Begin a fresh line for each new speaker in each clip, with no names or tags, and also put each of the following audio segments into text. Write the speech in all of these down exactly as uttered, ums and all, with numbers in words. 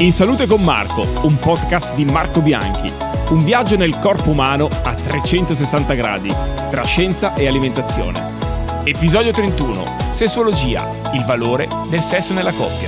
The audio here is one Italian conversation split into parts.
In Salute con Marco, un podcast di Marco Bianchi. Un viaggio nel corpo umano a trecentosessanta gradi, tra scienza e alimentazione. Episodio trentuno. Sessuologia, il valore del sesso nella coppia.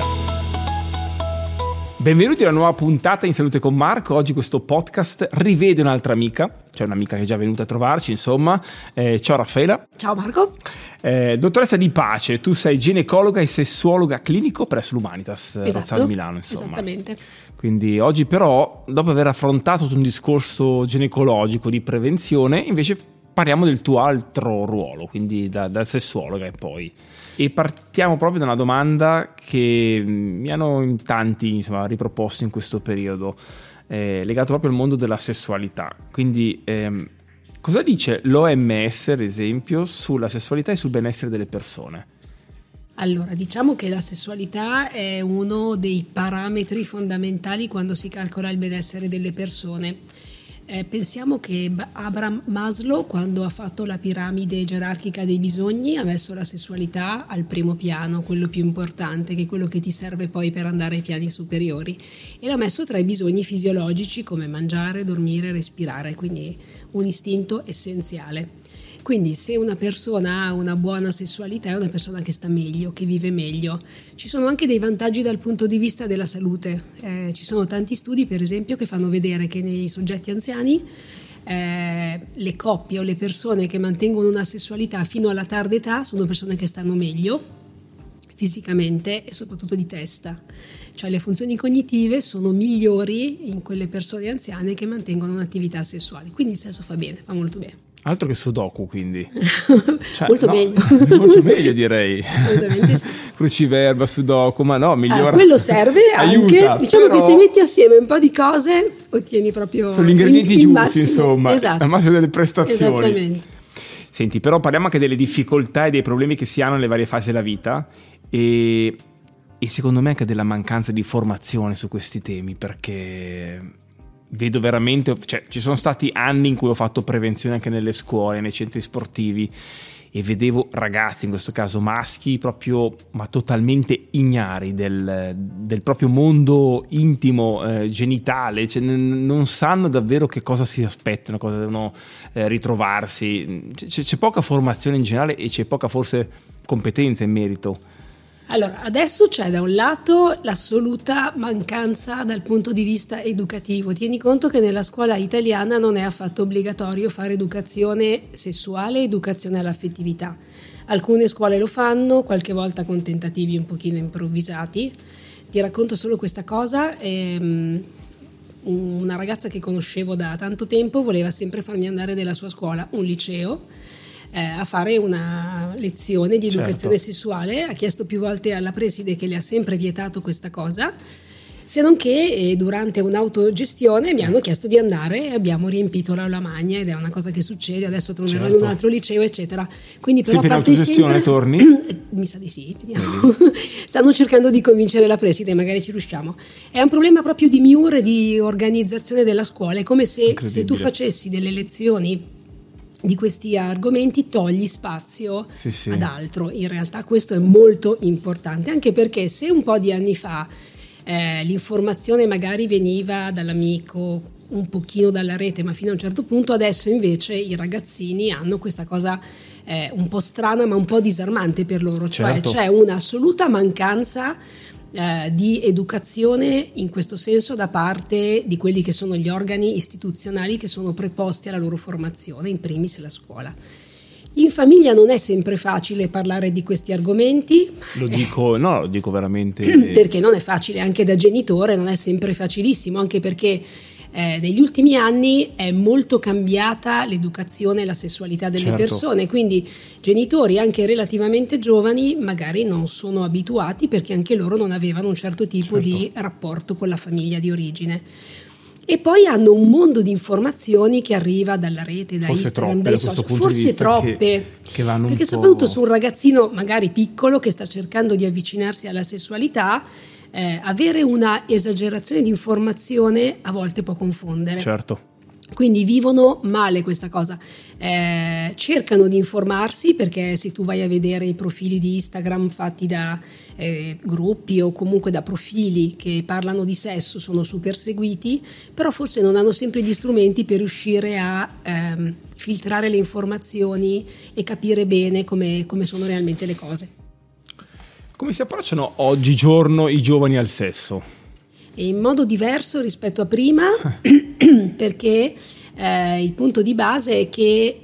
Benvenuti alla nuova puntata in Salute con Marco. Oggi questo podcast rivede un'altra amica, cioè un'amica che è già venuta a trovarci, insomma. Eh, ciao Raffaela.
Ciao Marco.
Eh, dottoressa di pace, tu sei ginecologa e sessuologa clinico presso l'Humanitas
Esatto,
Rozzano Milano, insomma.
Esattamente.
Quindi oggi però, dopo aver affrontato un discorso ginecologico di prevenzione, invece parliamo del tuo altro ruolo, quindi da, dal sessuologa e poi. E partiamo proprio da una domanda che mi hanno in tanti insomma, riproposto in questo periodo, eh, legato proprio al mondo della sessualità. Quindi ehm, cosa dice l'O M S, ad esempio, sulla sessualità e sul benessere delle persone?
Allora, diciamo che la sessualità è uno dei parametri fondamentali quando si calcola il benessere delle persone. Eh, pensiamo che Abraham Maslow, quando ha fatto la piramide gerarchica dei bisogni, ha messo la sessualità al primo piano, quello più importante, che è quello che ti serve poi per andare ai piani superiori, e l'ha messo tra i bisogni fisiologici come mangiare, dormire, respirare, quindi un istinto essenziale. Quindi se una persona ha una buona sessualità è una persona che sta meglio, che vive meglio. Ci sono anche dei vantaggi dal punto di vista della salute. Eh, ci sono tanti studi, per esempio, che fanno vedere che nei soggetti anziani eh, le coppie o le persone che mantengono una sessualità fino alla tarda età sono persone che stanno meglio fisicamente e soprattutto di testa. Cioè le funzioni cognitive sono migliori in quelle persone anziane che mantengono un'attività sessuale. Quindi il sesso fa bene, fa molto bene.
Altro che Sudoku, quindi. Cioè,
molto
no,
meglio.
Molto meglio, direi.
Assolutamente sì.
Cruciverba, Sudoku, ma no, migliora.
Ah, quello serve anche.
Aiuta,
diciamo
però...
che se metti assieme un po' di cose, ottieni proprio.
Sono gli ingredienti
il, il
giusti,
massimo.
insomma.
Esatto.
Al massimo delle prestazioni.
Esattamente.
Senti, però parliamo anche delle difficoltà e dei problemi che si hanno nelle varie fasi della vita e, e secondo me anche della mancanza di formazione su questi temi, perché vedo veramente, cioè ci sono stati anni in cui ho fatto prevenzione anche nelle scuole, nei centri sportivi, e vedevo ragazzi, in questo caso maschi, proprio ma totalmente ignari del, del proprio mondo intimo, eh, genitale, cioè, n- non sanno davvero che cosa si aspettano, cosa devono eh, ritrovarsi. C- c'è poca formazione in generale e c'è poca forse competenza in merito.
Allora, adesso c'è da un lato l'assoluta mancanza dal punto di vista educativo. Tieni conto che nella scuola italiana non è affatto obbligatorio fare educazione sessuale e educazione all'affettività. Alcune scuole lo fanno, qualche volta con tentativi un pochino improvvisati. Ti racconto solo questa cosa. Ehm, una ragazza che conoscevo da tanto tempo voleva sempre farmi andare nella sua scuola, un liceo, Eh, a fare una lezione di educazione
certo.
sessuale. Ha chiesto più volte alla preside, che le ha sempre vietato questa cosa, se non che eh, durante un'autogestione mi hanno chiesto di andare e abbiamo riempito l'aula magna, ed è una cosa che succede. Adesso tornerò certo. in un altro liceo eccetera. Quindi però
sempre
a parte
in autogestione
sempre...
torni?
Mi sa di sì, vediamo. Stanno cercando di convincere la preside, magari ci riusciamo. È un problema proprio di miure, di organizzazione della scuola. È come se, se tu facessi delle lezioni di questi argomenti togli spazio
sì, sì.
ad altro. In realtà questo è molto importante, anche perché se un po' di anni fa eh, l'informazione magari veniva dall'amico, un pochino dalla rete, ma fino a un certo punto, adesso invece i ragazzini hanno questa cosa eh, un po' strana ma un po' disarmante per loro, cioè
certo.
c'è un'assoluta mancanza Eh, di educazione in questo senso da parte di quelli che sono gli organi istituzionali che sono preposti alla loro formazione, in primis la scuola. In famiglia non è sempre facile parlare di questi argomenti.
Lo dico, no, lo dico veramente.
Perché non è facile, anche da genitore non è sempre facilissimo, anche perché Eh, negli ultimi anni è molto cambiata l'educazione e la sessualità delle
certo.
persone, quindi genitori anche relativamente giovani magari non sono abituati, perché anche loro non avevano un certo tipo certo. di rapporto con la famiglia di origine. E poi hanno un mondo di informazioni che arriva dalla rete, da
forse
Instagram,
troppe,
dai social, forse troppe,
che, che vanno
perché
un
soprattutto
po'...
su un ragazzino magari piccolo che sta cercando di avvicinarsi alla sessualità, Eh, avere una esagerazione di informazione a volte può confondere.
Certo.
Quindi vivono male questa cosa, eh, cercano di informarsi, perché se tu vai a vedere i profili di Instagram fatti da eh, gruppi o comunque da profili che parlano di sesso sono super seguiti, però forse non hanno sempre gli strumenti per riuscire a ehm, filtrare le informazioni e capire bene come, come sono realmente le cose.
Come si approcciano oggigiorno i giovani al sesso?
E in modo diverso rispetto a prima, perché eh, il punto di base è che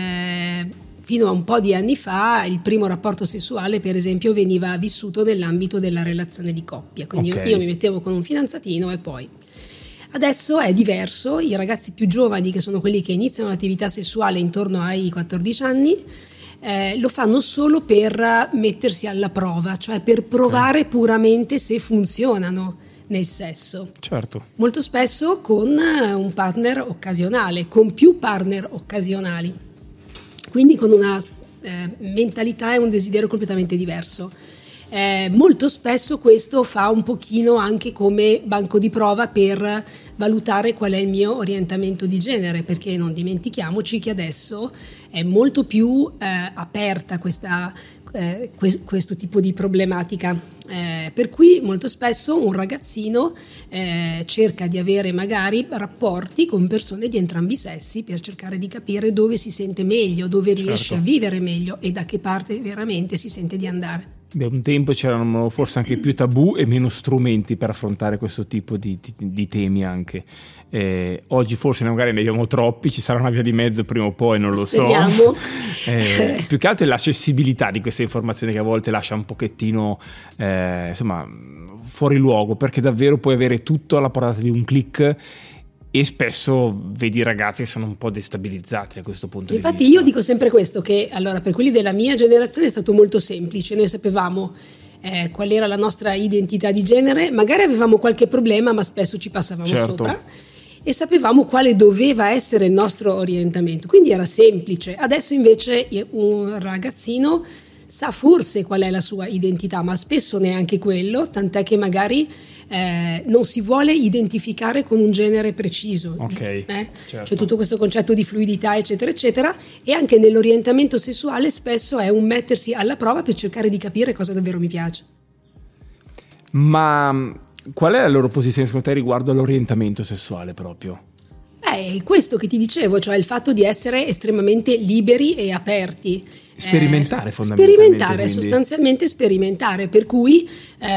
eh, fino a un po' di anni fa il primo rapporto sessuale, per esempio, veniva vissuto nell'ambito della relazione di coppia, quindi okay. io, io mi mettevo con un fidanzatino e poi. Adesso è diverso, i ragazzi più giovani, che sono quelli che iniziano l'attività sessuale intorno ai quattordici anni, eh, lo fanno solo per mettersi alla prova, cioè per provare okay. puramente se funzionano nel sesso.
Certo.
Molto spesso con un partner occasionale, con più partner occasionali, quindi con una eh, mentalità e un desiderio completamente diverso. Eh, molto spesso questo fa un pochino anche come banco di prova per valutare qual è il mio orientamento di genere, perché non dimentichiamoci che adesso è molto più eh, aperta questa, eh, que- questo tipo di problematica. Eh, per cui molto spesso un ragazzino eh, cerca di avere magari rapporti con persone di entrambi i sessi per cercare di capire dove si sente meglio, dove riesce certo. a vivere meglio e da che parte veramente si sente di andare.
Beh, un tempo c'erano forse anche più tabù e meno strumenti per affrontare questo tipo di, di, di temi anche. Eh, oggi forse magari ne abbiamo troppi, ci sarà una via di mezzo prima o poi, non lo
Speriamo.
so. Eh, più che altro è l'accessibilità di queste informazioni che a volte lascia un pochettino eh, insomma fuori luogo, perché davvero puoi avere tutto alla portata di un click. E spesso vedi ragazzi che sono un po' destabilizzati da questo punto
Infatti
di vista.
Infatti io dico sempre questo, che allora per quelli della mia generazione è stato molto semplice, noi sapevamo eh, qual era la nostra identità di genere, magari avevamo qualche problema ma spesso ci passavamo certo. sopra, e sapevamo quale doveva essere il nostro orientamento, quindi era semplice. Adesso invece un ragazzino sa forse qual è la sua identità, ma spesso neanche quello, tant'è che magari Eh, non si vuole identificare con un genere preciso,
okay,
eh?
certo.
C'è tutto questo concetto di fluidità eccetera eccetera, e anche nell'orientamento sessuale spesso è un mettersi alla prova per cercare di capire cosa davvero mi piace.
Ma qual è la loro posizione secondo te riguardo all'orientamento sessuale proprio?
È questo che ti dicevo, cioè il fatto di essere estremamente liberi e aperti.
Sperimentare
eh,
fondamentalmente.
Sperimentare,
quindi.
sostanzialmente sperimentare, per cui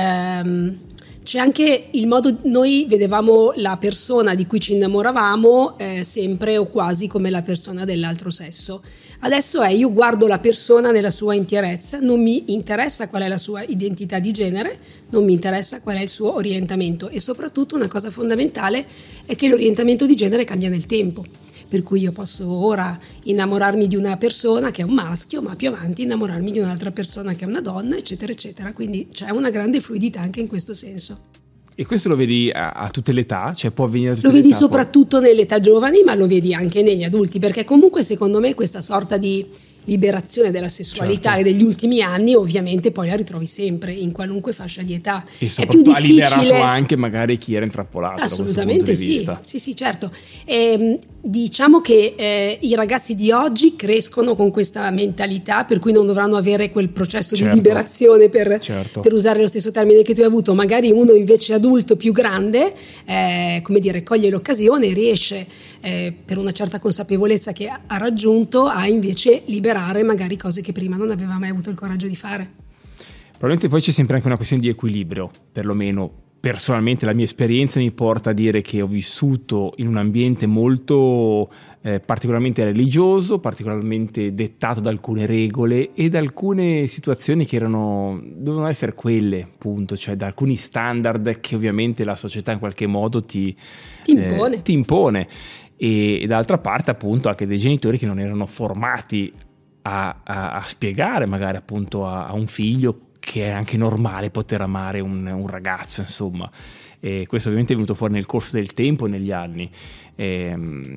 ehm, c'è anche il modo, noi vedevamo la persona di cui ci innamoravamo eh, sempre o quasi come la persona dell'altro sesso. Adesso è io guardo la persona nella sua interezza, non mi interessa qual è la sua identità di genere, non mi interessa qual è il suo orientamento, e soprattutto una cosa fondamentale è che l'orientamento di genere cambia nel tempo. Per cui io posso ora innamorarmi di una persona che è un maschio, ma più avanti innamorarmi di un'altra persona che è una donna, eccetera, eccetera. Quindi c'è una grande fluidità anche in questo senso.
E questo lo vedi a, a tutte le età? Cioè può avvenire a tutte
lo
le
vedi
età,
soprattutto poi? Nelle età giovani, ma lo vedi anche negli adulti, perché comunque secondo me questa sorta di liberazione della sessualità certo. e degli ultimi anni ovviamente poi la ritrovi sempre in qualunque fascia di età.
E
è più difficile,
ha liberato anche magari chi era intrappolato.
Assolutamente
da questo punto di
sì,
vista.
sì sì certo. E, diciamo che eh, i ragazzi di oggi crescono con questa mentalità, per cui non dovranno avere quel processo certo. di liberazione per,
certo.
per usare lo stesso termine che tu hai avuto. Magari uno invece adulto più grande eh, come dire, coglie l'occasione e riesce eh, per una certa consapevolezza che ha raggiunto a invece liberare magari cose che prima non aveva mai avuto il coraggio di fare.
Probabilmente poi c'è sempre anche una questione di equilibrio, perlomeno personalmente la mia esperienza mi porta a dire che ho vissuto in un ambiente molto eh, particolarmente religioso, particolarmente dettato da alcune regole e da alcune situazioni che erano dovevano essere quelle, appunto, cioè da alcuni standard che ovviamente la società in qualche modo ti,
ti impone.
Eh, ti impone. E, e d'altra parte appunto anche dei genitori che non erano formati a, a, a spiegare magari appunto a, a un figlio che è anche normale poter amare un, un ragazzo, insomma. E questo ovviamente è venuto fuori nel corso del tempo, negli anni, e,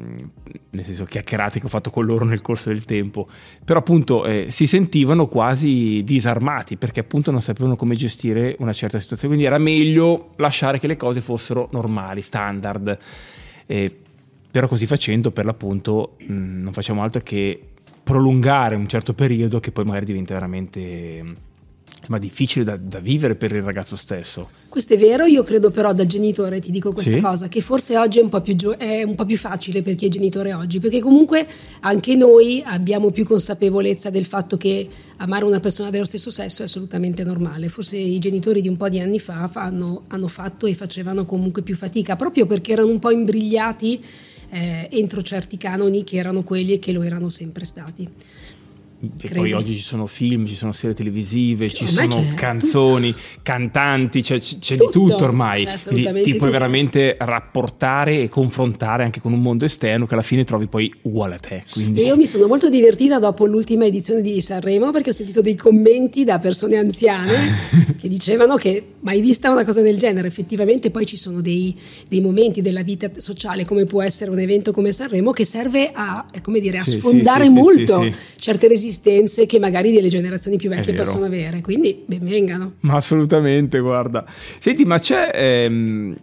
nel senso chiacchierate che ho fatto con loro nel corso del tempo, però appunto eh, si sentivano quasi disarmati perché appunto non sapevano come gestire una certa situazione, quindi era meglio lasciare che le cose fossero normali, standard. E però così facendo, per l'appunto, mh, non facciamo altro che prolungare un certo periodo che poi magari diventa veramente ma difficile da, da vivere per il ragazzo stesso.
Questo è vero, io credo però da genitore, ti dico questa
sì?
cosa, che forse oggi è un po' più gio- è un po' più facile per chi è genitore oggi, perché comunque anche noi abbiamo più consapevolezza del fatto che amare una persona dello stesso sesso è assolutamente normale. Forse i genitori di un po' di anni fa fanno, hanno fatto e facevano comunque più fatica, proprio perché erano un po' imbrigliati eh, entro certi canoni che erano quelli e che lo erano sempre stati.
E
Credo.
poi oggi ci sono film, ci sono serie televisive, ci
Ormai
sono
c'è
canzoni,
tutto.
cantanti, c'è, c'è
Tutto,
di tutto ormai.
c'è
Quindi ti puoi
tutto.
veramente rapportare e confrontare anche con un mondo esterno che alla fine trovi poi uguale a te. Quindi...
E io mi sono molto divertita dopo l'ultima edizione di Sanremo, perché ho sentito dei commenti da persone anziane che dicevano che mai vista una cosa del genere. Effettivamente poi ci sono dei, dei momenti della vita sociale, come può essere un evento come Sanremo, che serve a, come dire, a
sì,
sfondare
sì, sì,
molto
sì, sì.
certe resistenze che magari delle generazioni più vecchie
vero.
possono avere, quindi ben vengano.
Ma assolutamente, guarda. Senti, ma c'è, ehm,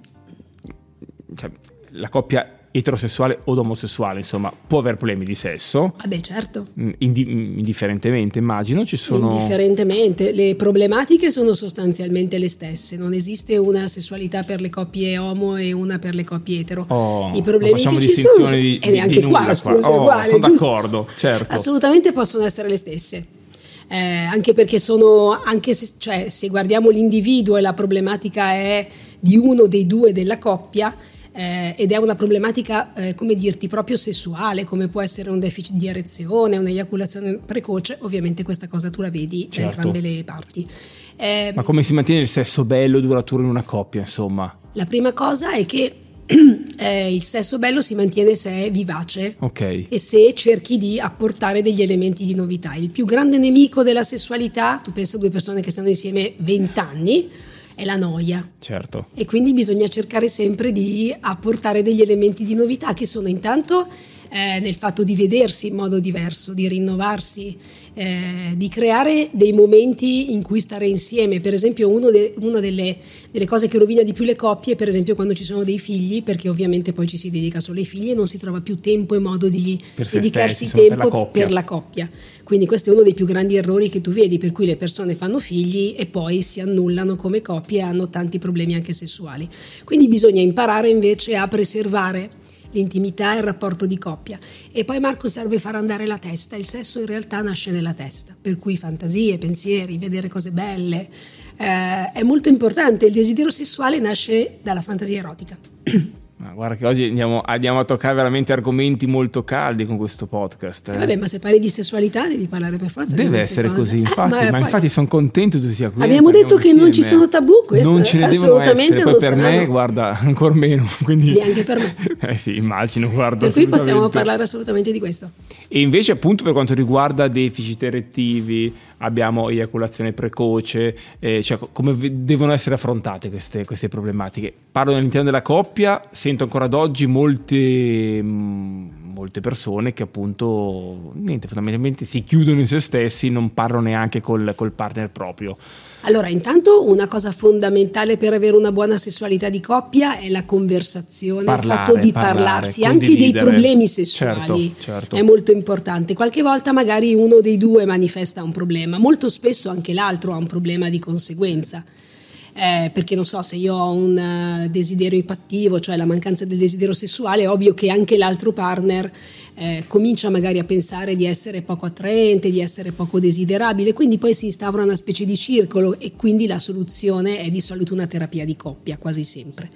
cioè, la coppia eterosessuale o omosessuale, insomma, può avere problemi di sesso.
Vabbè, certo.
Indi- indifferentemente, immagino, ci sono...
Indifferentemente, le problematiche sono sostanzialmente le stesse, non esiste una sessualità per le coppie omo e una per le coppie etero.
Oh,
I problemi
facciamo
che ci
distinzione
sono,
di,
e neanche
di
qua,
nulla
scusa,
qua. Oh,
uguale,
sono
giusto?
d'accordo, certo.
Assolutamente possono essere le stesse. Eh, anche perché sono, anche se, cioè, se guardiamo l'individuo e la problematica è di uno dei due della coppia, eh, ed è una problematica, eh, come dirti, proprio sessuale, come può essere un deficit di erezione, un'eiaculazione precoce, ovviamente questa cosa tu la vedi
Certo.
da entrambe le parti. Eh,
Ma come si mantiene il sesso bello e duraturo in una coppia, insomma?
La prima cosa è che eh, il sesso bello si mantiene se è vivace,
Ok.
e se cerchi di apportare degli elementi di novità. Il più grande nemico della sessualità, tu pensa a due persone che stanno insieme vent'anni, è la noia.
Certo.
E quindi bisogna cercare sempre di apportare degli elementi di novità, che sono intanto eh, nel fatto di vedersi in modo diverso, di rinnovarsi, eh, di creare dei momenti in cui stare insieme. Per esempio uno de, una delle, delle cose che rovina di più le coppie è per esempio quando ci sono dei figli, perché ovviamente poi ci si dedica solo ai figli e non si trova più tempo e modo di
Per se
dedicarsi
stessi, insomma,
tempo
per la coppia.
per la coppia. Quindi questo è uno dei più grandi errori che tu vedi, per cui le persone fanno figli e poi si annullano come coppie e hanno tanti problemi anche sessuali. Quindi bisogna imparare invece a preservare l'intimità e il rapporto di coppia. E poi, Marco, serve far andare la testa. Il sesso in realtà nasce nella testa, per cui fantasie, pensieri, vedere cose belle eh, è molto importante. Il desiderio sessuale nasce dalla fantasia erotica.
Ma guarda che oggi andiamo, andiamo a toccare veramente argomenti molto caldi con questo podcast. Eh.
Eh vabbè, ma se parli di sessualità devi parlare per forza di
Deve
queste
essere
cose.
così,
Eh,
infatti, ma,
poi-
infatti sono contento tu sia qui.
Abbiamo detto che non ci
insieme.
sono tabù, questo
non ce ne devono
assolutamente
essere, poi
non
per me,
saranno.
guarda, ancora meno. Quindi...
Neanche per me.
eh sì, immagino, guarda.
Per cui possiamo
assolutamente.
parlare assolutamente di questo.
E invece appunto per quanto riguarda deficit erettivi, abbiamo eiaculazione precoce, eh, cioè come v- devono essere affrontate queste, queste problematiche. Parlo all'interno della coppia, sento ancora ad oggi molte, mh, molte persone che appunto niente, fondamentalmente si chiudono in se stessi, non parlano neanche col, col partner proprio.
Allora, intanto una cosa fondamentale per avere una buona sessualità di coppia è la conversazione,
Parlare,
il fatto di
parlare,
parlarsi anche dei
condividere.
problemi sessuali.
Certo, certo.
È molto importante. Qualche volta magari uno dei due manifesta un problema, molto spesso anche l'altro ha un problema di conseguenza. Eh, perché non so, se io ho un uh, desiderio ipattivo, cioè la mancanza del desiderio sessuale, è ovvio che anche l'altro partner eh, comincia magari a pensare di essere poco attraente, di essere poco desiderabile, quindi poi si instaura una specie di circolo e quindi la soluzione è di solito una terapia di coppia, quasi sempre.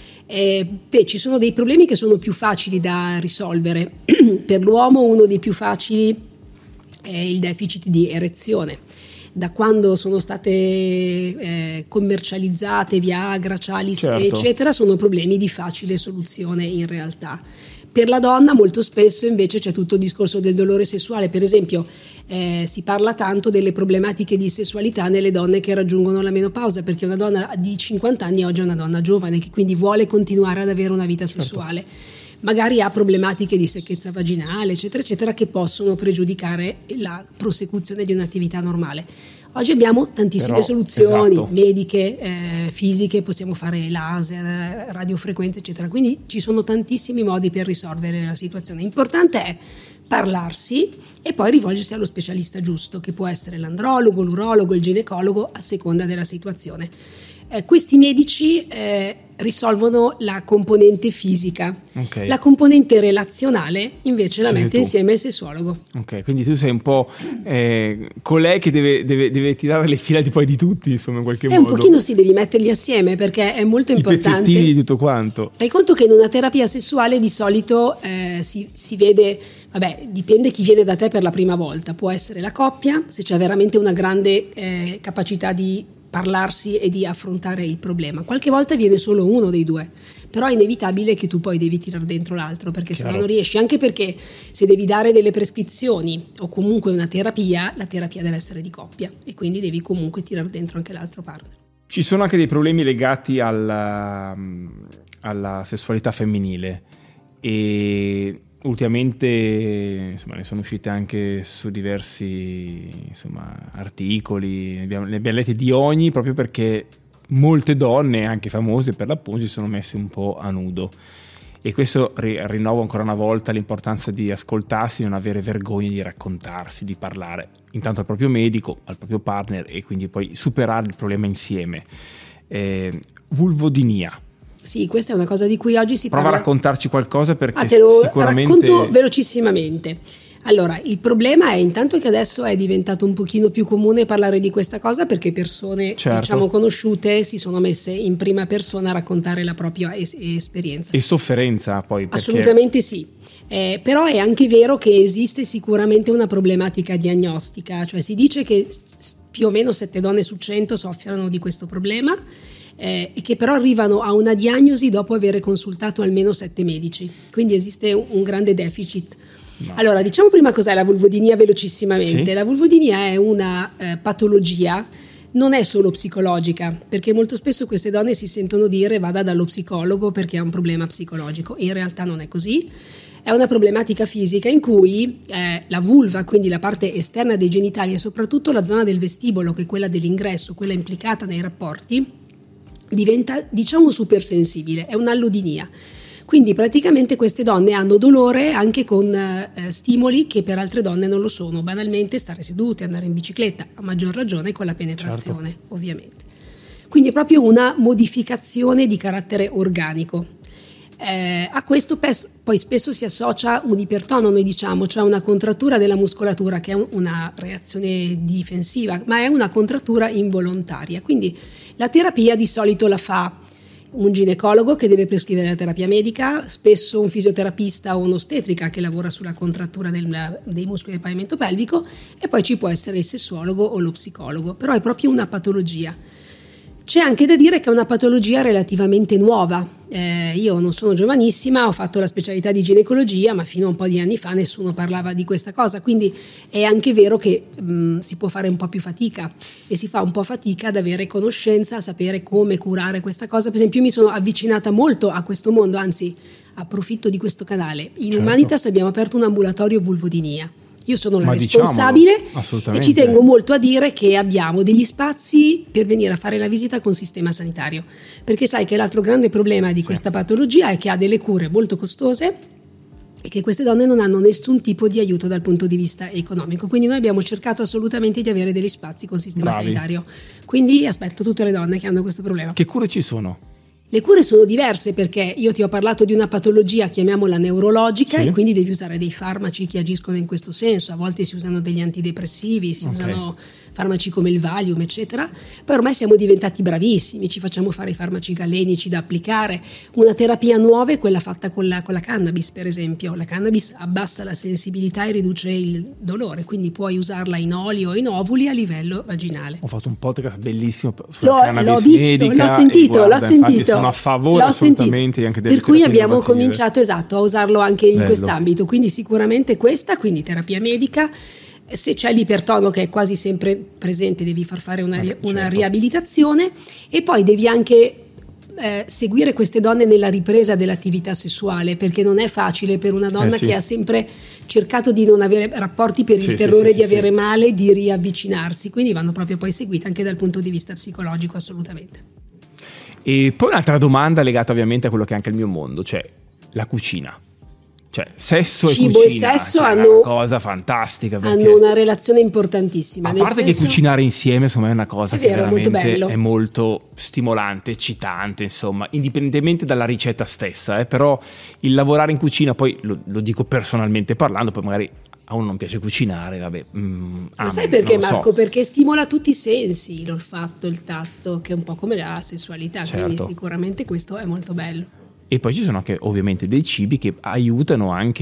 Eh, beh, ci sono dei problemi che sono più facili da risolvere. Per l'uomo uno dei più facili è il deficit di erezione. Da quando sono state eh, commercializzate Viagra, Cialis,
Certo.
eccetera, sono problemi di facile soluzione in realtà. Per la donna molto spesso invece c'è tutto il discorso del dolore sessuale. Per esempio eh, si parla tanto delle problematiche di sessualità nelle donne che raggiungono la menopausa, perché una donna di cinquanta anni oggi è una donna giovane che quindi vuole continuare ad avere una vita sessuale. Magari ha problematiche di secchezza vaginale, eccetera, eccetera, che possono pregiudicare la prosecuzione di un'attività normale. Oggi abbiamo tantissime
Però,
soluzioni
esatto.
mediche, eh, fisiche, possiamo fare laser, radiofrequenze, eccetera. Quindi ci sono tantissimi modi per risolvere la situazione. L'importante è parlarsi e poi rivolgersi allo specialista giusto, che può essere l'andrologo, l'urologo, il ginecologo, a seconda della situazione. Eh, questi medici eh, risolvono la componente fisica,
Okay.
la componente relazionale invece la
Ci sei
mette
tu.
insieme il sessuologo.
Ok, quindi tu sei un po' eh, colei che deve, deve, deve tirare le fila di poi di tutti, insomma, in qualche
E un
modo.
pochino sì, devi metterli assieme perché è molto
I
importante.
pezzettini di tutto quanto.
Fai conto che in una terapia sessuale di solito eh, si, si vede, vabbè, dipende chi viene da te per la prima volta, può essere la coppia, se c'è veramente una grande eh, capacità di parlarsi e di affrontare il problema. Qualche volta viene solo uno dei due, però è inevitabile che tu poi devi tirare dentro l'altro, perché se no
Chiaro.
non riesci, anche perché se devi dare delle prescrizioni o comunque una terapia, la terapia deve essere di coppia e quindi devi comunque tirare dentro anche l'altro partner.
Ci sono anche dei problemi legati alla, alla sessualità femminile e ultimamente insomma, ne sono uscite anche su diversi insomma, articoli, ne abbiamo, ne abbiamo letti di ogni, proprio perché molte donne, anche famose per l'appunto, si sono messe un po' a nudo. E questo ri- rinnovo ancora una volta l'importanza di ascoltarsi, non avere vergogna di raccontarsi, di parlare intanto al proprio medico, al proprio partner e quindi poi superare il problema insieme. Eh, vulvodinia.
Sì, questa è una cosa di cui oggi si
Prova
parla.
a raccontarci qualcosa perché
Ah, te lo
sicuramente...
racconto velocissimamente. Allora, il problema è intanto che adesso è diventato un pochino più comune parlare di questa cosa perché persone,
Certo.
diciamo, conosciute si sono messe in prima persona a raccontare la propria es- esperienza.
E sofferenza poi. Perché...
Assolutamente sì. Eh, però è anche vero che esiste sicuramente una problematica diagnostica, cioè si dice che s- più o meno sette donne su cento soffrono di questo problema. Eh, e che però arrivano a una diagnosi dopo aver consultato almeno sette medici, quindi esiste un, un grande deficit.
No.
Allora, diciamo prima cos'è la vulvodinia velocissimamente.
Sì.
La vulvodinia è una eh, patologia, non è solo psicologica, perché molto spesso queste donne si sentono dire vada dallo psicologo perché ha un problema psicologico, in realtà non è così. È una problematica fisica in cui eh, la vulva, quindi la parte esterna dei genitali e soprattutto la zona del vestibolo, che è quella dell'ingresso, quella implicata nei rapporti, diventa, diciamo, supersensibile, è un'allodinia. Quindi praticamente queste donne hanno dolore anche con eh, stimoli che per altre donne non lo sono, banalmente stare sedute, andare in bicicletta, a maggior ragione con la penetrazione, certo. Ovviamente. Quindi è proprio una modificazione di carattere organico. Eh, a questo pes- poi spesso si associa un ipertono, noi diciamo, cioè una contrattura della muscolatura che è un- una reazione difensiva, ma è una contrattura involontaria. Quindi la terapia di solito la fa un ginecologo che deve prescrivere la terapia medica, spesso un fisioterapista o un'ostetrica che lavora sulla contrattura del, dei muscoli del pavimento pelvico e poi ci può essere il sessuologo o lo psicologo, però è proprio una patologia. C'è anche da dire che è una patologia relativamente nuova. Eh, io non sono giovanissima, ho fatto la specialità di ginecologia, ma fino a un po' di anni fa nessuno parlava di questa cosa, quindi è anche vero che mh, si può fare un po' più fatica e si fa un po' fatica ad avere conoscenza, a sapere come curare questa cosa. Per esempio io mi sono avvicinata molto a questo mondo, anzi approfitto di questo canale. In
certo.
Humanitas abbiamo aperto un ambulatorio vulvodinia. Io sono la
Ma
responsabile
diciamolo,
e ci tengo molto a dire che abbiamo degli spazi per venire a fare la visita con sistema sanitario, perché sai che l'altro grande problema di
sì.
questa patologia è che ha delle cure molto costose e che queste donne non hanno nessun tipo di aiuto dal punto di vista economico, quindi noi abbiamo cercato assolutamente di avere degli spazi con sistema
Bravi.
sanitario, quindi aspetto tutte le donne che hanno questo problema.
Che cure ci sono?
Le cure sono diverse perché io ti ho parlato di una patologia, chiamiamola neurologica,
sì.
e quindi devi usare dei farmaci che agiscono in questo senso. A volte si usano degli antidepressivi, si
okay.
usano farmaci come il Valium, eccetera. Poi ormai siamo diventati bravissimi, ci facciamo fare i farmaci galenici da applicare. Una terapia nuova è quella fatta con la, con la cannabis, per esempio. La cannabis abbassa la sensibilità e riduce il dolore, quindi puoi usarla in olio o in ovuli a livello vaginale.
Ho fatto un podcast bellissimo sulla
L'ho,
cannabis
l'ho visto,
medica
l'ho sentito,
guarda,
l'ho sentito.
Sono a favore
l'ho
assolutamente
sentito.
anche delle
per cui
terapie
abbiamo
innovative.
cominciato esatto a usarlo anche in
Bello.
quest'ambito, quindi sicuramente questa, quindi terapia medica. Se c'è l'ipertono che è quasi sempre presente devi far fare una,
Vabbè,
una
certo.
riabilitazione e poi devi anche eh, seguire queste donne nella ripresa dell'attività sessuale, perché non è facile per una donna
eh sì.
che ha sempre cercato di non avere rapporti per il
sì,
terrore
sì,
di
sì,
avere
sì.
male, di riavvicinarsi, quindi vanno proprio poi seguite anche dal punto di vista psicologico, assolutamente.
E poi un'altra domanda legata ovviamente a quello che è anche il mio mondo, cioè la cucina. Cioè, sesso
Cibo
e cucina,
e sesso
cioè,
hanno,
è una cosa fantastica.
Hanno una relazione importantissima.
A
nel
parte
senso,
che cucinare insieme, secondo me, è una cosa
è
che
vero,
veramente
molto bello.
è molto stimolante, eccitante, insomma, indipendentemente dalla ricetta stessa. Eh, però il lavorare in cucina, poi lo, lo dico personalmente parlando, poi magari a uno non piace cucinare, vabbè. Mm,
Ma
ah,
sai perché, Marco?
So.
Perché stimola tutti i sensi, l'olfatto, il tatto, che è un po' come la sessualità,
Certo.
quindi sicuramente questo è molto bello.
E poi ci sono anche ovviamente dei cibi che aiutano anche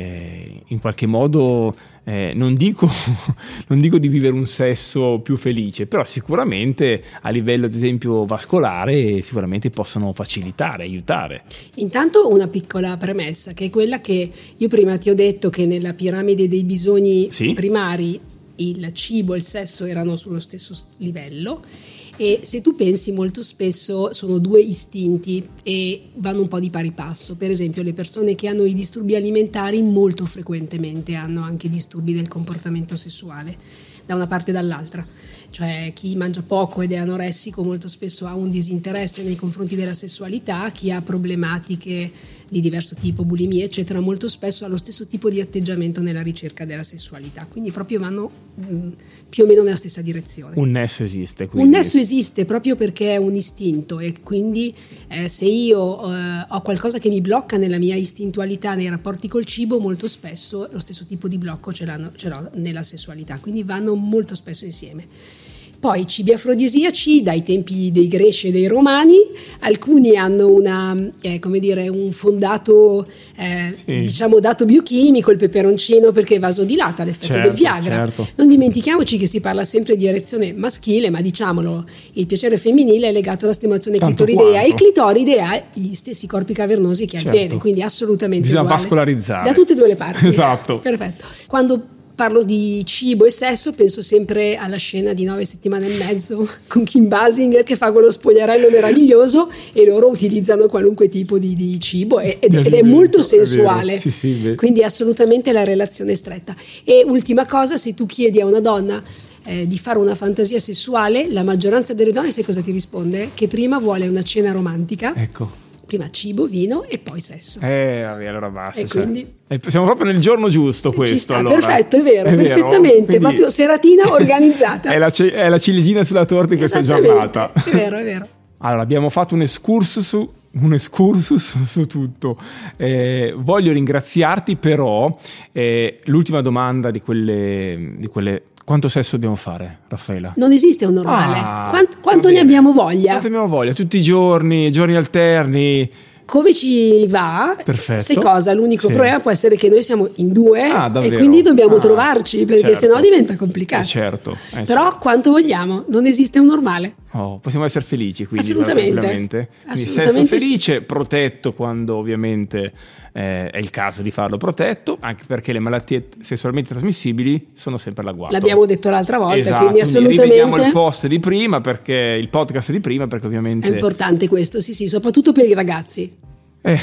eh, in qualche modo, eh, non dico, non dico di vivere un sesso più felice, però sicuramente a livello ad esempio vascolare sicuramente possono facilitare, aiutare.
Intanto una piccola premessa, che è quella che io prima ti ho detto, che nella piramide dei bisogni
sì?
primari il cibo e il sesso erano sullo stesso livello. E se tu pensi, molto spesso sono due istinti e vanno un po' di pari passo. Per esempio, le persone che hanno i disturbi alimentari molto frequentemente hanno anche disturbi del comportamento sessuale, da una parte e dall'altra. Cioè, chi mangia poco ed è anoressico molto spesso ha un disinteresse nei confronti della sessualità, chi ha problematiche di diverso tipo, bulimia eccetera, molto spesso ha lo stesso tipo di atteggiamento nella ricerca della sessualità, quindi proprio vanno mh, più o meno nella stessa direzione.
Un nesso esiste, quindi.
Un nesso esiste proprio perché è un istinto, e quindi eh, se io eh, ho qualcosa che mi blocca nella mia istintualità nei rapporti col cibo, molto spesso lo stesso tipo di blocco ce l'hanno, ce l'ho nella sessualità, quindi vanno molto spesso insieme. Poi i cibi afrodisiaci dai tempi dei greci e dei romani, alcuni hanno una, eh, come dire, un fondato eh,
sì.
diciamo dato biochimico, il peperoncino perché vasodilata, l'effetto
certo,
del Viagra.
Certo.
Non dimentichiamoci che si parla sempre di erezione maschile, ma diciamolo, il piacere femminile è legato alla stimolazione
Tanto
clitoridea,
quanto.
e clitoride ha gli stessi corpi cavernosi che ha
certo.
il pene, quindi assolutamente
bisogna
uguale.
vascolarizzare
Da tutte e due le parti.
Esatto.
Perfetto. Quando parlo di cibo e sesso penso sempre alla scena di Nove settimane e mezzo con Kim Basinger che fa quello spogliarello meraviglioso e loro utilizzano qualunque tipo di, di cibo ed, ed è molto sensuale,
è sì, sì,
quindi assolutamente la relazione è stretta. E ultima cosa, se tu chiedi a una donna eh, di fare una fantasia sessuale, la maggioranza delle donne sai cosa ti risponde? Che prima vuole una cena romantica,
ecco.
Prima cibo, vino e poi sesso.
Eh, vabbè, allora basta.
E
cioè,
quindi
eh, siamo proprio nel giorno giusto questo.
Ci sta,
allora.
perfetto, è vero,
è
perfettamente,
vero. Quindi
proprio seratina organizzata.
è, la, è la ciliegina sulla torta di questa giornata.
È vero, è vero.
Allora, abbiamo fatto un excursus, un excursus su tutto. Eh, voglio ringraziarti, però eh, l'ultima domanda di quelle, di quelle. Quanto sesso dobbiamo fare, Raffaela?
Non esiste un normale.
Ah,
Quant- quanto ne abbiamo voglia?
Quanto abbiamo voglia? Tutti i giorni, giorni alterni.
Come ci va?
Perfetto.
Sai cosa? L'unico
sì.
problema può essere che noi siamo in due
ah,
e quindi dobbiamo
ah,
trovarci, perché
certo.
sennò diventa complicato.
Eh certo, eh
Però
certo.
quanto vogliamo? Non esiste un normale.
Oh, possiamo essere felici, quindi
assolutamente.
Quindi
assolutamente
sesso felice,
sì.
protetto quando ovviamente eh, è il caso di farlo protetto, anche perché le malattie sessualmente trasmissibili sono sempre all'agguato.
L'abbiamo detto l'altra volta,
esatto,
quindi assolutamente.
Rivediamo il post di prima, perché il podcast di prima, perché ovviamente
è importante questo, sì sì, soprattutto per i ragazzi.
Eh,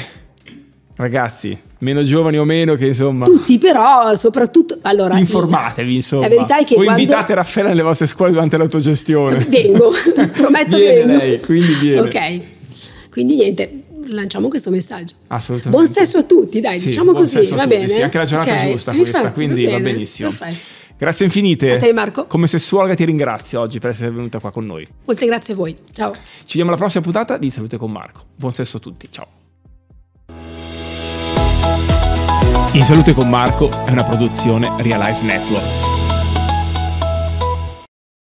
ragazzi, meno giovani o meno, che insomma.
Tutti, però, soprattutto. Allora,
informatevi, insomma.
La verità è che.
O
quando...
invitate Raffaella nelle vostre scuole durante l'autogestione.
Vengo, prometto
viene
che vengo.
Lei, quindi viene.
Ok, quindi niente. Lanciamo questo messaggio.
Assolutamente.
Buon sesso a tutti, dai,
sì,
diciamo così, va
tutti.
bene?
Sì, anche la giornata
okay.
giusta
Infatti,
questa, quindi
va,
va
bene.
benissimo.
Perfetto.
Grazie infinite.
A te, Marco.
Come sessuologa ti ringrazio oggi per essere venuta qua con noi.
Molte grazie a voi. Ciao.
Ci vediamo alla prossima puntata di Salute con Marco. Buon sesso a tutti. Ciao. In Salute con Marco è una produzione Realize Networks.